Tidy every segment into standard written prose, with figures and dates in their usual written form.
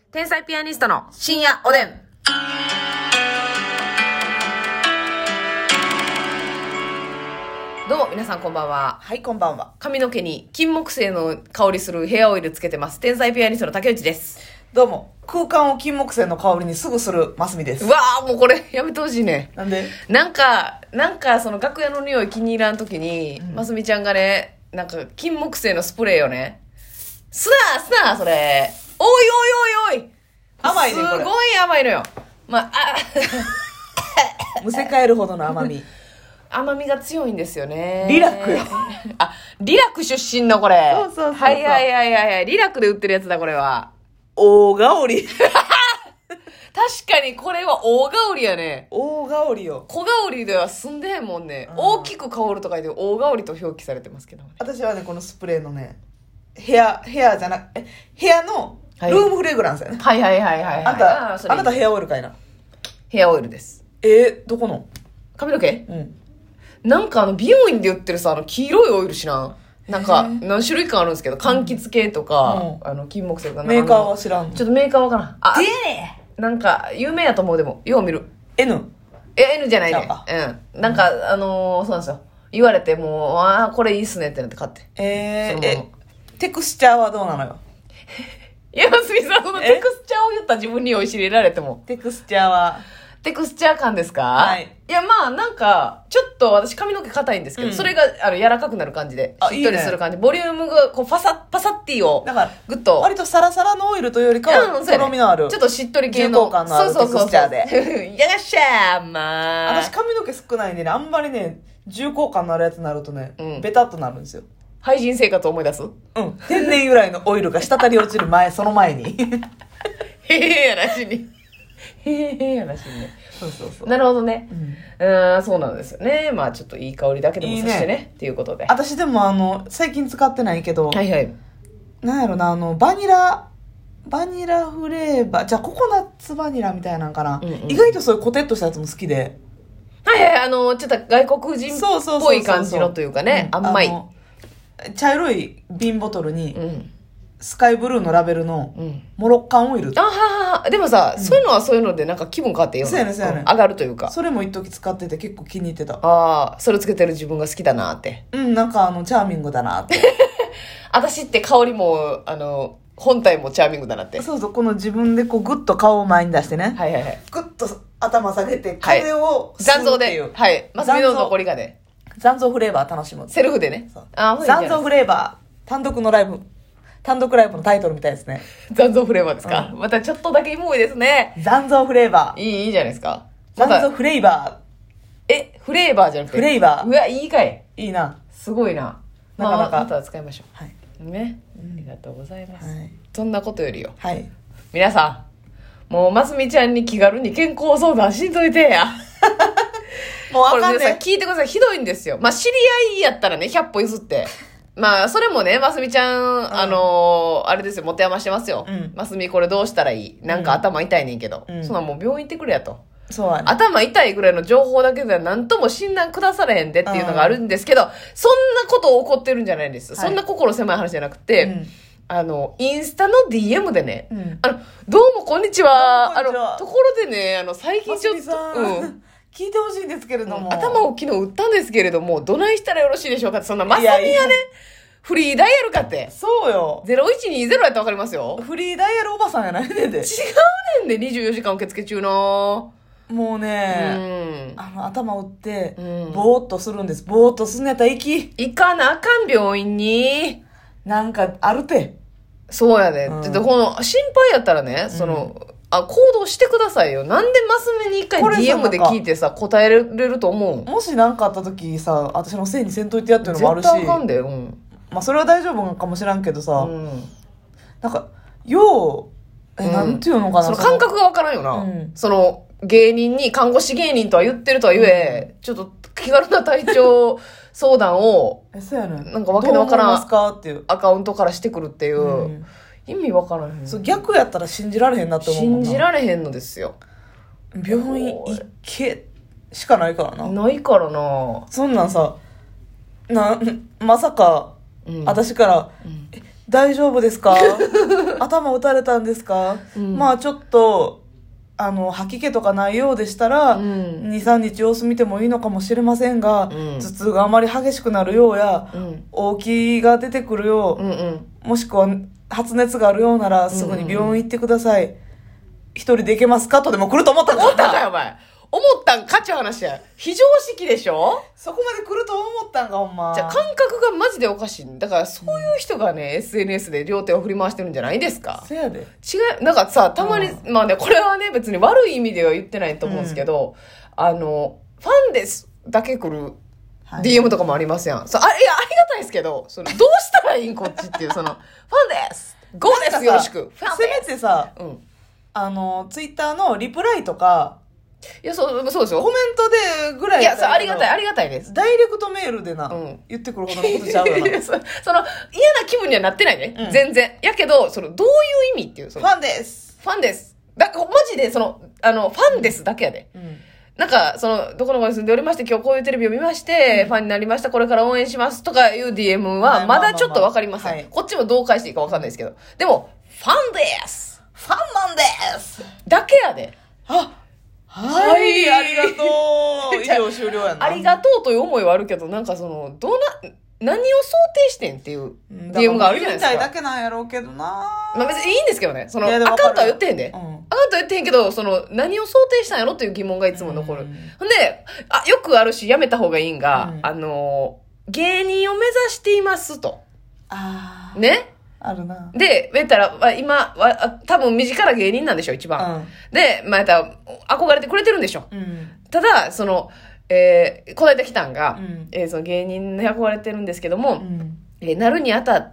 天才ピアニストの深夜おでん。どうも皆さんこんばんは。 はい、こんばんは。 髪の毛に金木犀の香りするヘアオイルつけてます。天才ピアニストの竹内です。 どうも、空間を金木犀の香りにすぐするますみです。 うわー、もうこれやめてほしいね。 なんでなんかその楽屋の匂い気に入らん時に、ますみちゃんがね、なんか金木犀のスプレーをね、すなそれ。おいおいおいおい。 甘いねこれすごい甘いのよ。 むせ返るほどの甘み。 甘みが強いんですよね。 リラックよ。 あ、リラック出身のこれ。 そう。 はい。リラックで売ってるやつだ、これは。 大香り。 確かにこれは大香りやね。 大香りよ。 小香りでは済んでへんもんね。大きく香ると書いて大香りと表記されてますけどね。 私はね、このスプレーのね、ヘアのルームフレグランスやね。 はい。 あなたヘアオイルかいな。 ヘアオイルです。 どこの髪の毛？ うん。 なんか美容院で売ってるさ、黄色いオイル知らん？なんか何種類かあるんですけど、柑橘系とか、金木犀とか。 メーカーは知らんの。 ちょっとメーカーわからん。 でなんか有名やと思う。でもよう見る。 N。 N じゃないね。なんかそうなんですよ。言われてもうこれいいっすねってなって買って。 テクスチャーはどうなのよ。 いや、ますみさん、そのテクスチャーを言った自分においし入れられても。 テクスチャーはテクスチャー感ですか？ はい。 いや、なんか、ちょっと私髪の毛硬いんですけど、それが柔らかくなる感じで、しっとりする感じ。ボリュームが、パサッティを、 だからぐっと。 割とサラサラのオイルというよりかは、とろみのある。 ちょっとしっとり系の。 重厚感のあるテクスチャーで。 よっしゃー、 私髪の毛少ないんでね、あんまりね、重厚感のあるやつになるとね、ベタっとなるんですよ。 廃人生活を思い出す？ 天然由来のオイルが滴り落ちる前、その前に。 へへやなしに。へやなしにね。 そう。 なるほどね。そうなんですよね。ちょっといい香りだけでもさしてね。っていうことで。 私でも最近使ってないけど、 はい。 なんやろな、バニラフレーバー、じゃあココナッツバニラみたいなんかな。意外とそういうコテッとしたやつも好きで。 はい、ちょっと外国人っぽい感じのというかね、甘い。 茶色い瓶ボトルに、スカイブルーのラベルのモロッカンオイル。 でもさ、そういうのはそういうのでなんか気分変わっていいよね。 そうやね。 上がるというか。 それも一時使ってて結構気に入ってた。 それつけてる自分が好きだなって。 なんかチャーミングだなって。 私って香りも、本体もチャーミングだなって。 そう、この自分でこうグッと顔を前に出してね。 はい。 グッと頭下げて風を吸うっていう。 はい。マスミの残りがね。 残像フレーバー楽しむ。 セルフでね。 残像フレーバー。単独ライブのタイトルみたいですね。 残像フレーバーですか？またちょっとだけイモいですね。 残像フレーバー。 いいじゃないですか。 残像フレーバー。フレーバーじゃなくて。 フレーバー。 うわ、いいかい。 いいな。 すごいな。 なかなか。 また使いましょう。 はい。 ね。ありがとうございます。 はい。 そんなことよりよ。 はい。 皆さん、もうますみちゃんに気軽に健康相談しんといてや。 もうあかんね。 これ皆さん聞いてください。ひどいんですよ。知り合いやったらね、100歩譲って。それもね、ますみちゃん、あれですよ、持て余してますよ。ますみこれどうしたらいい？なんか頭痛いねんけど。そんなもう病院行ってくれやと。 そうやね。 頭痛いぐらいの情報だけでは何とも診断下されへんでっていうのがあるんですけど、そんなこと起こってるんじゃないんです。そんな心狭い話じゃなくて、インスタの DM でね、どうもこんにちは。ところでね、最近ちょっと、 聞いてほしいんですけれども。 頭を昨日打ったんですけれども、どないしたらよろしいでしょうかって、そんなまさみがね、フリーダイヤルかって。 そうよ。 0120やったらわかりますよ。 フリーダイヤルおばさんやないねんで。違うねんで、24時間受付中の。 もうね、頭打って、ぼーっとするんです。ぼーっとすんのやったら行かなあかん、病院に。 なんか、あるて。 そうやね。心配やったらね、行動してくださいよ。なんでマス目に一回 DM で聞いてさ、答えれると思う？ もし何かあった時さ、私のせいにせんといてやってるのもあるし。 絶対あかんで、 それは大丈夫かもしらんけどさ、なんか、なんていうのかな。 その感覚がわからんよな。芸人に、看護師芸人とは言ってるとは言え、ちょっと気軽な体調相談を、なんかわけのわからんアカウントからしてくるっていう、意味わからへん。 逆やったら信じられへんなって思うもんな。 信じられへんのですよ。 病院行けしかないからな。 ないからな。 そんなんさ、まさか、私から、 大丈夫ですか頭打たれたんですか、まあちょっと、吐き気とかないようでしたら、2、3日様子見てもいいのかもしれませんが、頭痛があまり激しくなるようや、大気が出てくるよう、もしくは発熱があるようなら、すぐに病院行ってください。一人で行けますかとでも来ると思ったんか。 思ったんかよ、お前。思ったんかっちゅう話や。非常識でしょ。 そこまで来ると思ったんか、ほんま。 じゃあ感覚がマジでおかしい。だからそういう人がね、SNS で両手を振り回してるんじゃないですか。 せやで。 なんかさ、たまに、まあね、これはね、別に悪い意味では言ってないと思うんですけど、ファンですだけ来る DM とかもありますやん。いや、ありがたいですけど、どうしたらいいんこっちっていう、ファンですゴーですよろしく。ファンですせめてさ、ツイッターのリプライとか、 いや、そうですよ。 コメントでぐらい。 いや、ありがたいです。 ダイレクトメールでな、言ってくるほどのことちゃうよな。 嫌な気分にはなってないね。全然。やけど、どういう意味っていう。 ファンです。 ファンです。マジで、ファンですだけやで。なんか、どこの子に住んでおりまして、今日こういうテレビを見まして、ファンになりました、これから応援しますとかいう DM は、まだちょっとわかりません。こっちもどう返していいかわかんないですけど。でも、ファンですファンなんですだけやで。 はい、ありがとう。以上終了やな。 ありがとうという思いはあるけど、なんか何を想定してんっていう DM があるじゃないですか。 言いたいだけなんやろうけどな。 まあ別にいいんですけどね。アカウントは言ってへんで。アカウントは言ってへんけど、何を想定したんやろっていう疑問がいつも残る。ほんで、よくあるし、やめた方がいいんが、芸人を目指していますと。ね。 あるな。 で、言ったら、今多分身近な芸人なんでしょ、一番。で、また、憧れてくれてるんでしょ。ただ、この間来たんが、その芸人に憧れてるんですけども、なるにあたって、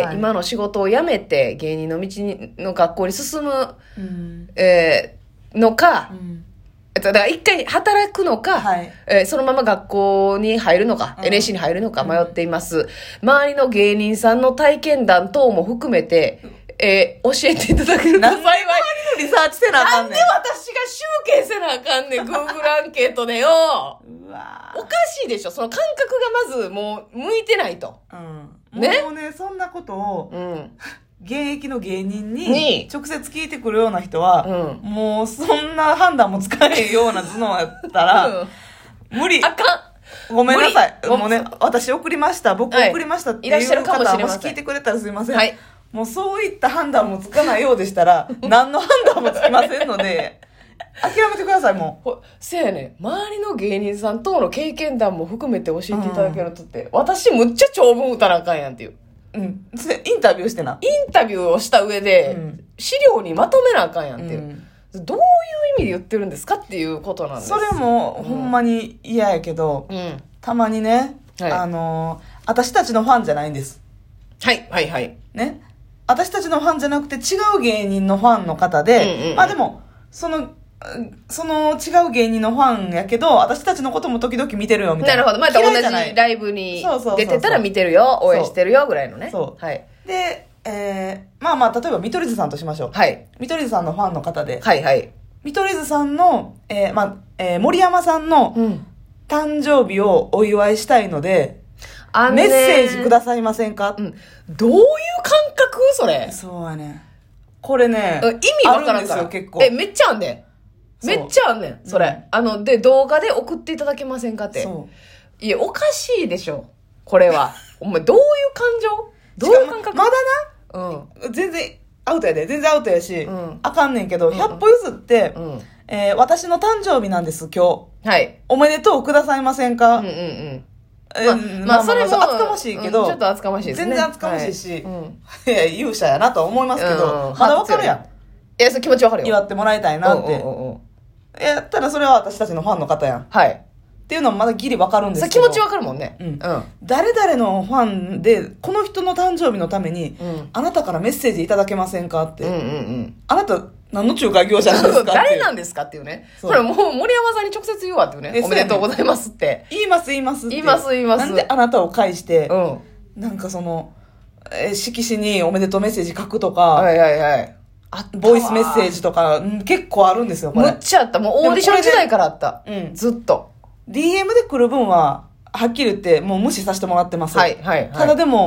今の仕事を辞めて、芸人の道の学校に進む、のか、だから一回働くのか、そのまま学校に入るのか、NSC に入るのか迷っています。周りの芸人さんの体験談等も含めて、教えていただけると幸い。 周りのリサーチせなあかんねん。 なんで私が集計せなあかんねん、Google アンケートでよ。おかしいでしょ。その感覚がまずもう向いてないと。 ね。もうね、そんなことを、現役の芸人に直接聞いてくるような人は、もうそんな判断もつかへんような頭脳やったら、無理。 あかん。ごめんなさい。もうね、私送りました。僕送りましたっていう方はもし聞いてくれたらすいません。もうそういった判断もつかないようでしたら、何の判断もつきませんので、諦めてください、もう。 せやね、周りの芸人さんとの経験談も含めて教えていただけるとって、私むっちゃ長文打たなあかんやんっていう。 インタビューしてな。 インタビューをした上で、資料にまとめなあかんやんっていう。どういう意味で言ってるんですかっていうことなんです。 それも、ほんまに嫌やけど、たまにね、私たちのファンじゃないんです。ね。私たちのファンじゃなくて違う芸人のファンの方で、まあでも、その違う芸人のファンやけど、私たちのことも時々見てるよみたいな。 なるほど。また同じライブに出てたら見てるよ、応援してるよぐらいのね。 そう。で、まあ、例えば見取り図さんとしましょう。見取り図さんのファンの方で。見取り図さんの、森山さんの誕生日をお祝いしたいので、メッセージくださいませんか？ どういう感覚それ。 そうやね。これね、 意味わからんから。 結構。 めっちゃあんねん。めっちゃあんねん、それ。で、動画で送っていただけませんかって。いや、おかしいでしょ。これは。お前、どういう感情？どういう感覚？ まだな、全然アウトやで。全然アウトやし、あかんねんけど、100歩譲って、私の誕生日なんです、今日。おめでとうくださいませんか？まあ、それも、厚かましいけど、 ちょっと厚かましいですね。 全然厚かましいし、勇者やなとは思いますけど、まだわかるやん。 いや、それ気持ちわかるよ。 祝ってもらいたいなって。やったらそれは私たちのファンの方やん。っていうのもまだギリわかるんですけど。 気持ちわかるもんね。 誰々のファンで、この人の誕生日のために、あなたからメッセージいただけませんかって。あなた、何の仲介業者なんですか？ 誰なんですかっていうね。これもう森山さんに直接言うわっていうね。おめでとうございますって。 言います。なんであなたを介して、なんか色紙におめでとうメッセージ書くとか、ボイスメッセージとか、結構あるんですよ、これ。 むっちゃあった。もうオーディション時代からあった。ずっと。 DM で来る分は、はっきり言って、もう無視させてもらってます。ただでも、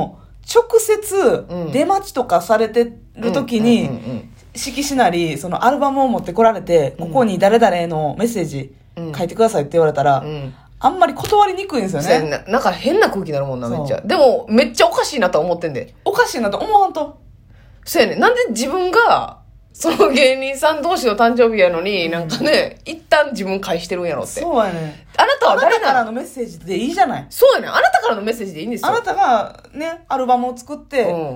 直接出待ちとかされてる時に、色紙なり、そのアルバムを持ってこられて、ここに誰々へのメッセージ書いてくださいって言われたら、あんまり断りにくいんですよね。 なんか変な空気になるもんな、めっちゃ。でも、めっちゃおかしいなと思ってんで。 おかしいなと思わんと。 そうやね。なんで自分が、その芸人さん同士の誕生日やのに、なんかね、一旦自分返してるんやろって。 そうやね。 あなたは誰あなたからのメッセージでいいじゃない。 そうやね。あなたからのメッセージでいいんですよ。 あなたがね、アルバムを作って、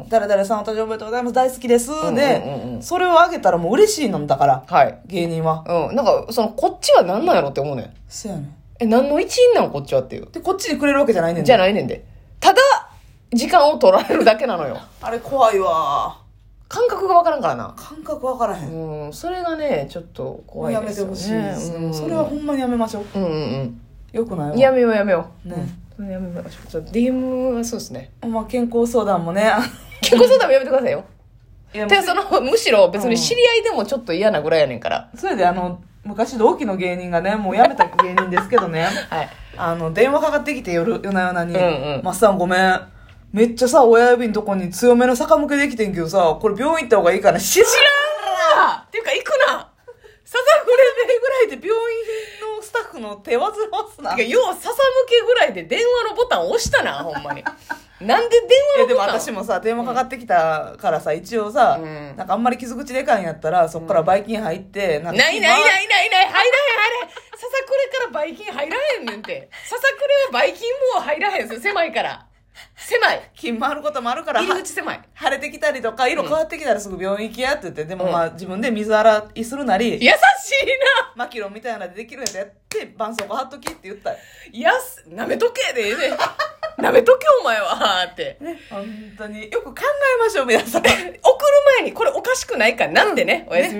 誰々さんお誕生日おめでとうございます、大好きです。で、それをあげたらもう嬉しいのだから。はい。芸人は。 なんか、こっちは何なんやろって思うねん。 そうやね。 何の一員なのこっちはっていう。 で、こっちにくれるわけじゃないねんで。 じゃないねんで。ただ、時間を取られるだけなのよ。 あれ怖いわ。 感覚がわからんからな。 感覚わからへん。 それがね、ちょっと怖いですよね。 やめてほしいです。それはほんまにやめましょう。よくないわ。 やめようやめよう。 ね。 やめましょう。DM はそうですね。 まあ健康相談もね。 健康相談もやめてくださいよ。むしろ別に知り合いでもちょっと嫌なぐらいやねんから。 それで昔同期の芸人がね、もう辞めた芸人ですけどね。はい。電話かかってきて夜な夜なに。マッサンごめん。めっちゃさ、親指のとこに強めの逆向けできてんけどさ、これ病院行った方がいいかな。知らんわっていうか行くなささくれ目ぐらいで病院のスタッフの手わずらわすな。 てか、要はささ向けぐらいで電話のボタン押したな、ほんまに。なんで電話のボタン。 でも私もさ、電話かかってきたからさ、一応さ、なんかあんまり傷口でかいんやったら、そっからばい菌入って、 ない、入らへん。ささくれからばい菌入らへんねんて。ささくれはばい菌も入らへんすよ、狭いから。狭い。 菌もあることもあるから。 入り口狭い。 腫れてきたりとか、色変わってきたらすぐ病院行きやって言って、でもまあ自分で水洗いするなり。 優しいなマキロンみたいなのでできるんやつやって、絆創膏貼っときって言ったら。 舐めとけでええね舐めとけお前はって。 ね、本当に。よく考えましょう、皆さん。 送る前にこれおかしくないかなんでね、おやすみ。